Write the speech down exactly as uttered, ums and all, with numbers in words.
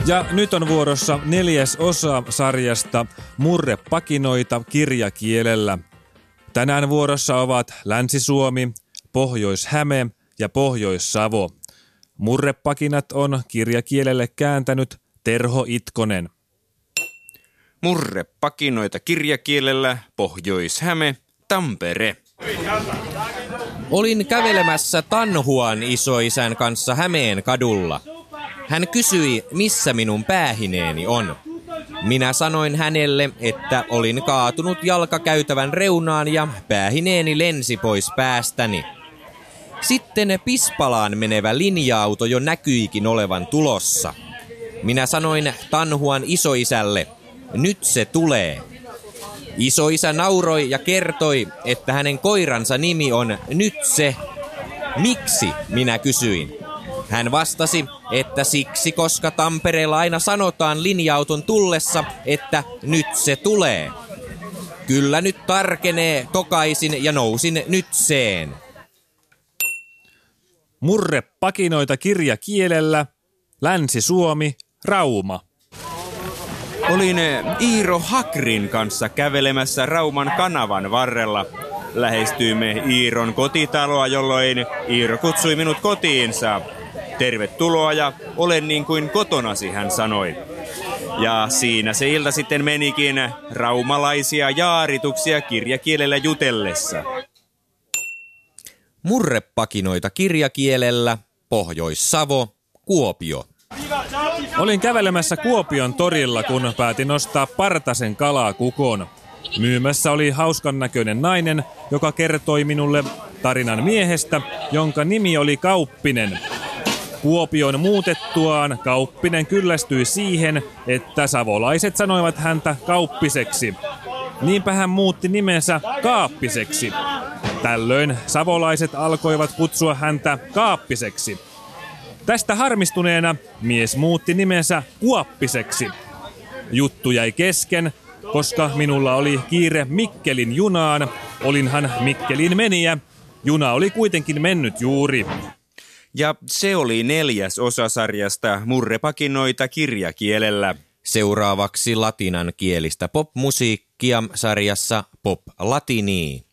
Ja nyt on vuorossa neljäs osa sarjasta Murrepakinoita kirjakielellä. Tänään vuorossa ovat Länsi-Suomi, Pohjois-Häme ja Pohjois-Savo. Murrepakinat on kirjakielelle kääntänyt Terho Itkonen. Murrepakinoita kirjakielellä Pohjois-Häme, Tampere. Olin kävelemässä Tanhuan isoisän kanssa Hämeen kadulla. Hän kysyi, missä minun päähineeni on. Minä sanoin hänelle, että olin kaatunut jalkakäytävän reunaan ja päähineeni lensi pois päästäni. Sitten Pispalaan menevä linja-auto jo näkyikin olevan tulossa. Minä sanoin Tanhuan isoisälle, nyt se tulee. Isoisä nauroi ja kertoi, että hänen koiransa nimi on Nyt se. Miksi, minä kysyin. Hän vastasi, että siksi, koska Tampereella aina sanotaan linja-auton tullessa, että nyt se tulee. Kyllä nyt tarkenee, tokaisin ja nousin Nytseen. Murrepakinoita kirjakielellä Länsi-Suomi, Rauma. Olin Iiro Hakrin kanssa kävelemässä Rauman kanavan varrella. Lähestyimme Iiron kotitaloa, jolloin Iiro kutsui minut kotiinsa. Tervetuloa ja olen niin kuin kotonasi, hän sanoi. Ja siinä se ilta sitten menikin, raumalaisia jaarituksia kirjakielellä jutellessa. Murrepakinoita kirjakielellä Pohjois-Savo, Kuopio. Olin kävelemässä Kuopion torilla, kun päätin ostaa partasen kalakukon. Myymässä oli hauskan näköinen nainen, joka kertoi minulle tarinan miehestä, jonka nimi oli Kauppinen. Kuopion muutettuaan Kauppinen kyllästyi siihen, että savolaiset sanoivat häntä Kauppiseksi. Niinpä hän muutti nimensä Kaappiseksi. Tällöin savolaiset alkoivat kutsua häntä Kaappiseksi. Tästä harmistuneena mies muutti nimensä Kuoppiseksi. Juttu jäi kesken, koska minulla oli kiire Mikkelin junaan. Olinhan Mikkelin menijä. Juna oli kuitenkin mennyt juuri. Ja se oli neljäs osa sarjasta Murrepakinoita kirjakielellä. Seuraavaksi latinankielistä popmusiikkia sarjassa Pop Latinii.